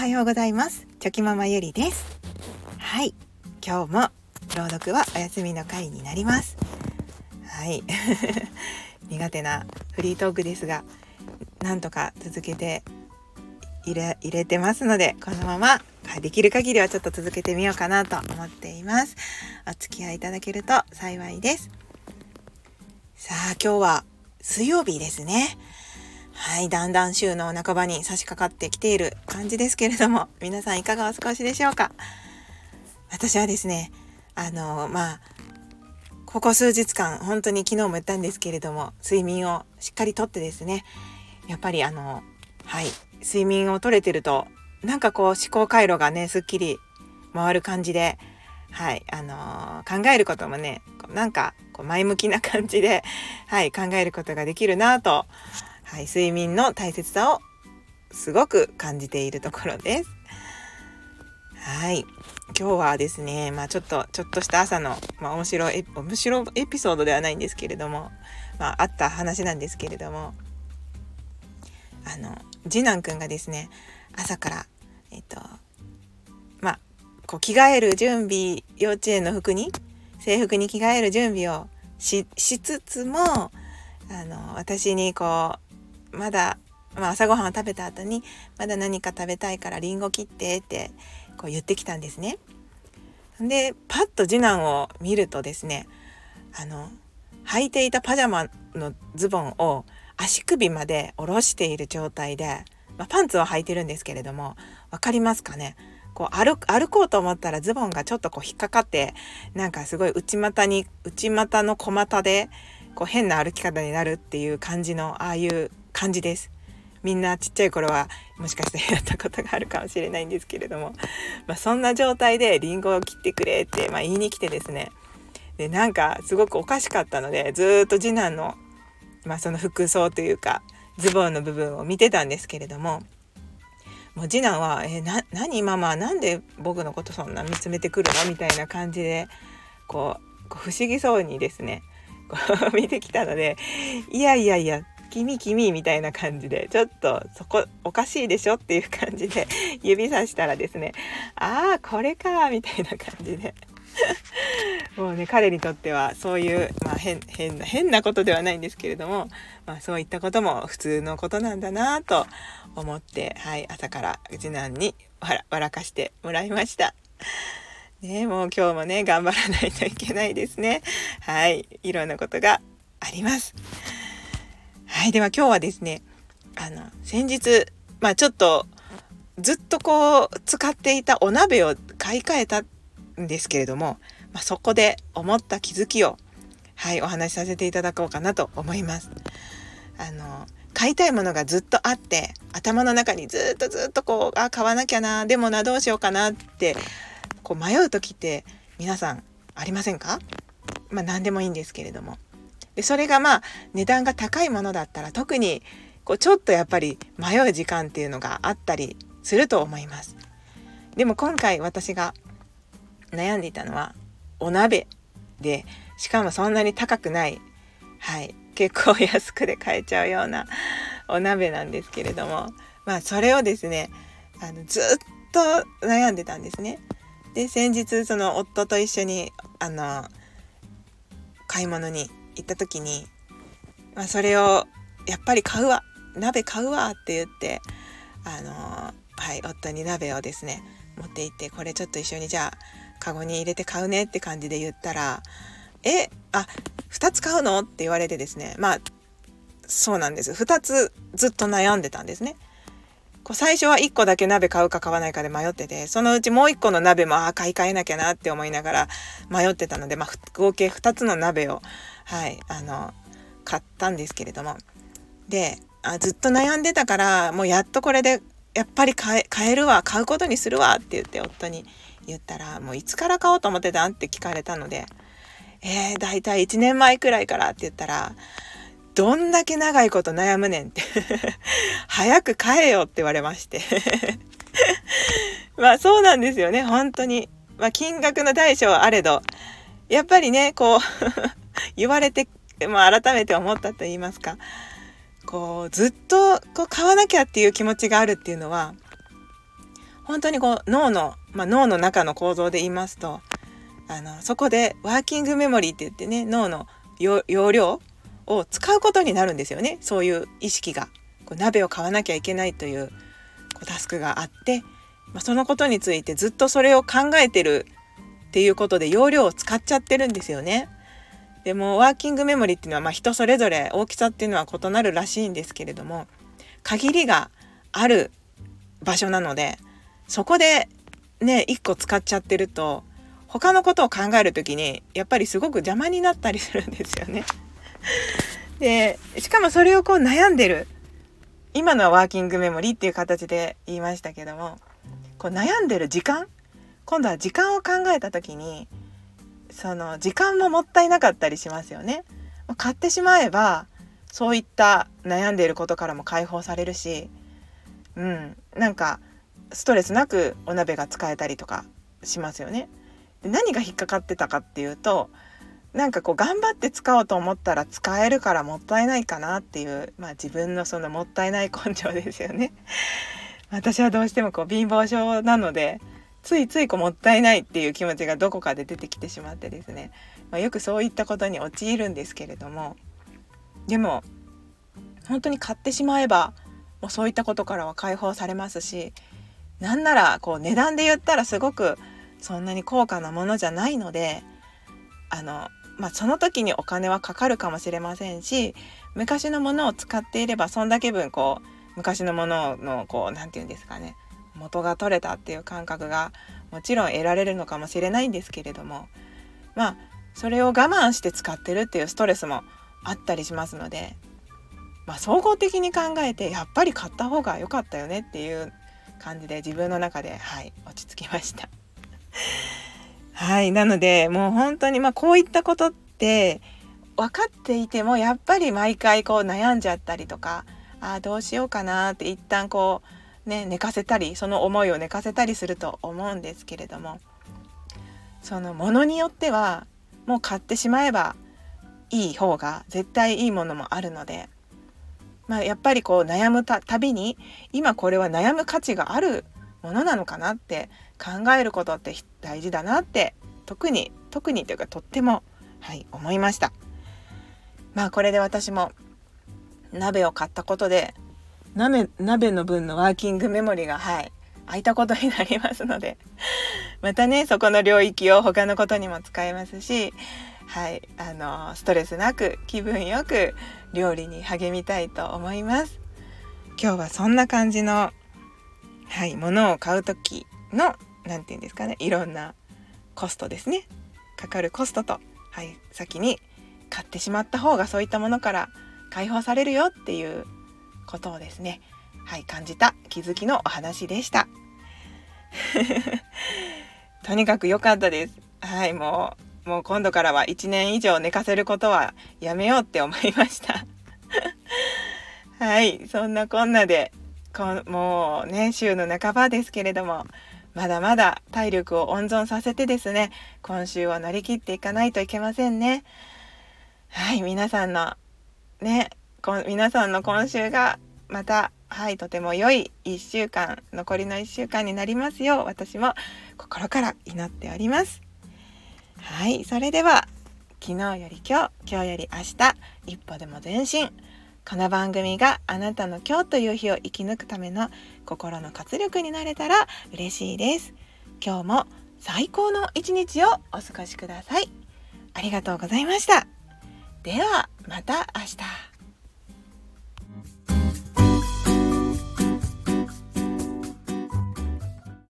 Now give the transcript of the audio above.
はようございます。チョキママゆりです。はい、今日も朗読はお休みの回になります。はい苦手なフリートークですが、なんとか続けて入れてますので、このままできる限りはちょっと続けてみようかなと思っています。お付き合いいただけると幸いです。さあ、今日は水曜日ですね。はい、だんだん週の半ばに差し掛かってきている感じですけれども、皆さんいかがお過ごしでしょうか。私はですね、ここ数日間本当に昨日も言ったんですけれども、睡眠をしっかりとってですね、やっぱり睡眠を取れてるとなんかこう思考回路がねすっきり回る感じで、考えることもねなんかこう前向きな感じで、考えることができるなと、睡眠の大切さをすごく感じているところです。今日はですね、ちょっとした朝の、面白いエピソードではないんですけれども、あった話なんですけれども、次男くんがですね、朝からこう着替える準備、幼稚園の制服に着替える準備をしつつも、私にこうまだ、朝ごはんを食べた後にまだ何か食べたいからリンゴ切ってってこう言ってきたんですね。でパッと次男を見るとですね、履いていたパジャマのズボンを足首まで下ろしている状態で、パンツを履いてるんですけれども、わかりますかね。こう歩こうと思ったらズボンがちょっとこう引っかかって、なんかすごい内股の小股でこう変な歩き方になるっていう感じの、ああいう感じです。みんなちっちゃい頃はもしかしてやったことがあるかもしれないんですけれども、そんな状態でリンゴを切ってくれって、言いに来てですね、でなんかすごくおかしかったので、ずっと次男の、その服装というかズボンの部分を見てたんですけれども、もう次男は何ママなんで僕のことそんな見つめてくるのみたいな感じでこう不思議そうにですねこう見てきたので、いや君みたいな感じで、ちょっとそこおかしいでしょっていう感じで指さしたらですね、ああこれかみたいな感じでもうね、彼にとってはそういう、変なことではないんですけれども、そういったことも普通のことなんだなと思って、朝から次男に笑かしてもらいました。ね、もう今日もね頑張らないといけないですね。いろんなことがあります。では今日はですね、先日ちょっとずっとこう使っていたお鍋を買い替えたんですけれども、そこで思った気づきをお話しさせていただこうかなと思います。買いたいものがずっとあって、頭の中にずっとこう買わなきゃな、でもなどうしようかなってこう迷う時って皆さんありませんか？何でもいいんですけれども、でそれが値段が高いものだったら特にこうちょっとやっぱり迷う時間っていうのがあったりすると思います。でも今回私が悩んでいたのはお鍋で、しかもそんなに高くない、結構安くで買えちゃうようなお鍋なんですけれども、それをですねずっと悩んでたんですね。で先日その夫と一緒に買い物に行った時に、それをやっぱり鍋買うわって言って夫に鍋をですね持って行って、これちょっと一緒にじゃあカゴに入れて買うねって感じで言ったら、2つ買うのって言われてですね、そうなんです。2つずっと悩んでたんですね。最初は1個だけ鍋買うか買わないかで迷ってて、そのうちもう1個の鍋も買い替えなきゃなって思いながら迷ってたので、合計2つの鍋を買ったんですけれども、でずっと悩んでたから、もうやっとこれでやっぱり買えるわ、買うことにするわって言って夫に言ったら、もういつから買おうと思ってたんって聞かれたので、だいたい1年前くらいからって言ったら、どんだけ長いこと悩むねんって早く買えよって言われましてそうなんですよね、本当に。金額の大小あれどやっぱりねこう言われて、改めて思ったと言いますか、ずっと買わなきゃっていう気持ちがあるっていうのは本当にこう脳の中の構造で言いますと、そこでワーキングメモリーって言ってね、脳の容量を使うことになるんですよね。そういう意識がこう鍋を買わなきゃいけないというタスクがあって、そのことについてずっとそれを考えてるっていうことで容量を使っちゃってるんですよね。でもワーキングメモリーっていうのは人それぞれ大きさっていうのは異なるらしいんですけれども、限りがある場所なので、そこでね1個使っちゃってると他のことを考えるときにやっぱりすごく邪魔になったりするんですよね。でしかもそれをこう悩んでる、今のはワーキングメモリーっていう形で言いましたけども、こう悩んでる時間、今度は時間を考えた時にその時間ももったいなかったりしますよね。買ってしまえばそういった悩んでいることからも解放されるし、なんかストレスなくお鍋が使えたりとかしますよね。で何が引っかかってたかっていうと、なんかこう頑張って使おうと思ったら使えるからもったいないかなっていう、自分のそのもったいない根性ですよね。私はどうしてもこう貧乏症なので、ついついもったいないっていう気持ちがどこかで出てきてしまってですね、よくそういったことに陥るんですけれども、でも本当に買ってしまえばもうそういったことからは解放されますし、なんならこう値段で言ったらすごくそんなに高価なものじゃないので、その時にお金はかかるかもしれませんし、昔のものを使っていればそんだけ分昔のもののなんていうんですかね、元が取れたっていう感覚がもちろん得られるのかもしれないんですけれども、それを我慢して使ってるっていうストレスもあったりしますので、総合的に考えてやっぱり買った方が良かったよねっていう感じで自分の中で落ち着きましたなのでもう本当にこういったことって分かっていてもやっぱり毎回悩んじゃったりとか、どうしようかなって一旦寝かせたり、その思いを寝かせたりすると思うんですけれども、そのものによってはもう買ってしまえばいい方が絶対いいものもあるので、やっぱり悩むたびに今これは悩む価値があるものなのかなって考えることって大事だなって特にというかとっても思いました。これで私も鍋を買ったことで鍋の分のワーキングメモリが空いたことになりますので、またねそこの領域を他のことにも使えますし、ストレスなく気分よく料理に励みたいと思います。今日はそんな感じの物を買う時のなんていうんですかね、いろんなコストですね、かかるコストと、先に買ってしまった方がそういったものから解放されるよっていうことをですね、感じた気づきのお話でしたとにかく良かったです。もう今度からは1年以上寝かせることはやめようって思いましたそんなこんなでもうね週の半ばですけれども、まだまだ体力を温存させてですね、今週を乗り切っていかないといけませんね。皆さんの今週がまたとても良い1週間、残りの1週間になりますよう私も心から祈っております。それでは昨日より今日より明日、一歩でも前進。この番組があなたの今日という日を生き抜くための心の活力になれたら嬉しいです。今日も最高の一日をお過ごしください。ありがとうございました。ではまた明日。